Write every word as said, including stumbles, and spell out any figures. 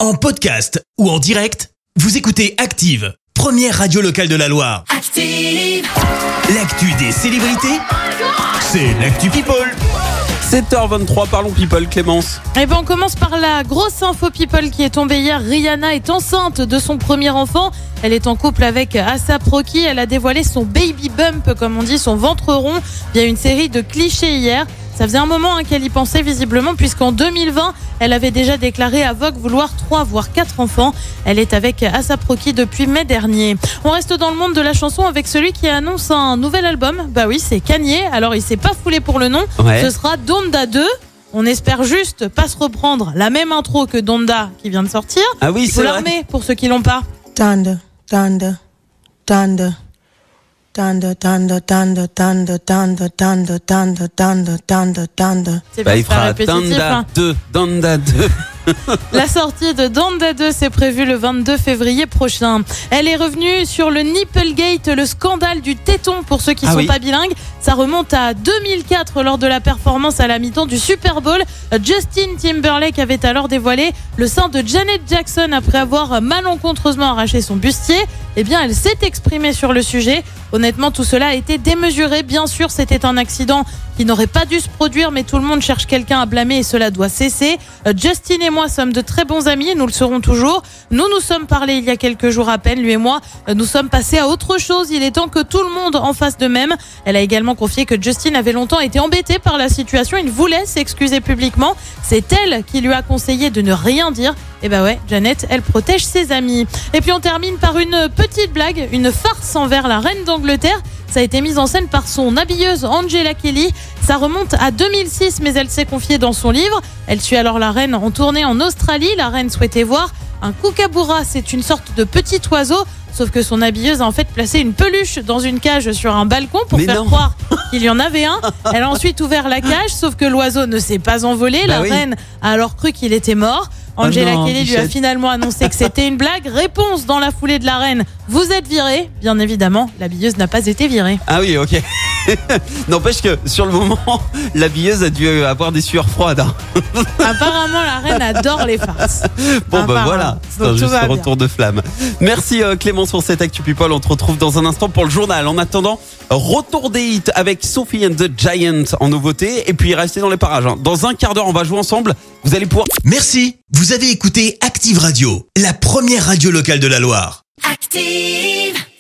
En podcast ou en direct, vous écoutez Active, première radio locale de la Loire. Active! L'actu des célébrités, c'est l'actu People. sept heures vingt-trois, parlons People, Clémence. Eh ben on commence par la grosse info People qui est tombée hier. Rihanna est enceinte de son premier enfant. Elle est en couple avec A$ap Rocky. Elle a dévoilé son baby bump, comme on dit, son ventre rond, via une série de clichés hier. Ça faisait un moment hein, qu'elle y pensait visiblement, puisqu'en deux mille vingt, elle avait déjà déclaré à Vogue vouloir trois voire quatre enfants. Elle est avec A$ap Rocky depuis mai dernier. On reste dans le monde de la chanson avec celui qui annonce un nouvel album. Bah oui, c'est Kanye. Alors il s'est pas foulé pour le nom. Ouais. Ce sera Donda deux. On espère juste pas se reprendre la même intro que Donda qui vient de sortir. Ah oui, Il faut c'est vrai. l'armer pour ceux qui l'ont pas. Donda, Donda, Donda. Donda, Donda, Donda, Donda, Donda, Donda, Donda, Donda, Donda, Donda. C'est Bah, bien il faire fera répétitif. Donda hein. deux, Donda deux. La sortie de Donda deux, c'est prévu le vingt-deux février prochain. Elle est revenue sur le Nipplegate, le scandale du téton pour ceux qui Ah sont oui. pas bilingues. Ça remonte à deux mille quatre lors de la performance à la mi-temps du Super Bowl. Justin Timberlake avait alors dévoilé le sein de Janet Jackson après avoir malencontreusement arraché son bustier. Eh bien, elle s'est exprimée sur le sujet. Honnêtement, tout cela a été démesuré. Bien sûr, c'était un accident qui n'aurait pas dû se produire, mais tout le monde cherche quelqu'un à blâmer et cela doit cesser. Euh, Justin et moi sommes de très bons amis et nous le serons toujours. Nous nous sommes parlé il y a quelques jours à peine, lui et moi. Euh, nous sommes passés à autre chose. Il est temps que tout le monde en fasse de même. Elle a également confié que Justin avait longtemps été embêté par la situation. Il voulait s'excuser publiquement. C'est elle qui lui a conseillé de ne rien dire. Et bah ouais, Janet, elle protège ses amis. Et puis on termine par une petite blague, une farce envers la reine d'Angleterre. Ça a été mis en scène par son habilleuse Angela Kelly. Ça remonte à deux mille six, mais elle s'est confiée dans son livre. Elle suit alors la reine en tournée en Australie. La reine souhaitait voir un kookaburra. C'est une sorte de petit oiseau. Sauf que son habilleuse a en fait placé une peluche dans une cage sur un balcon pour Mais faire non. croire qu'il y en avait un. Elle a ensuite ouvert la cage, sauf que l'oiseau ne s'est pas envolé. Bah la oui. reine a alors cru qu'il était mort. Angela Oh non, Kelly lui a Bichette. finalement annoncé que c'était une blague. Réponse dans la foulée de la reine. Vous êtes viré. Bien évidemment, l'habilleuse n'a pas été virée. Ah oui, ok. N'empêche que sur le moment, l'habilleuse a dû avoir des sueurs froides. hein. Apparemment, la reine adore les farces. Bon, bah Apparemment. voilà, c'est Donc, un tout juste va bien. retour de flamme. Merci euh, Clémence pour cette Actu People. On te retrouve dans un instant pour le journal. En attendant, retour des hits avec Sophie and the Giant en nouveauté. Et puis restez dans les parages. hein. Dans un quart d'heure, on va jouer ensemble. Vous allez pouvoir... Merci, vous avez écouté Active Radio, la première radio locale de la Loire. Active.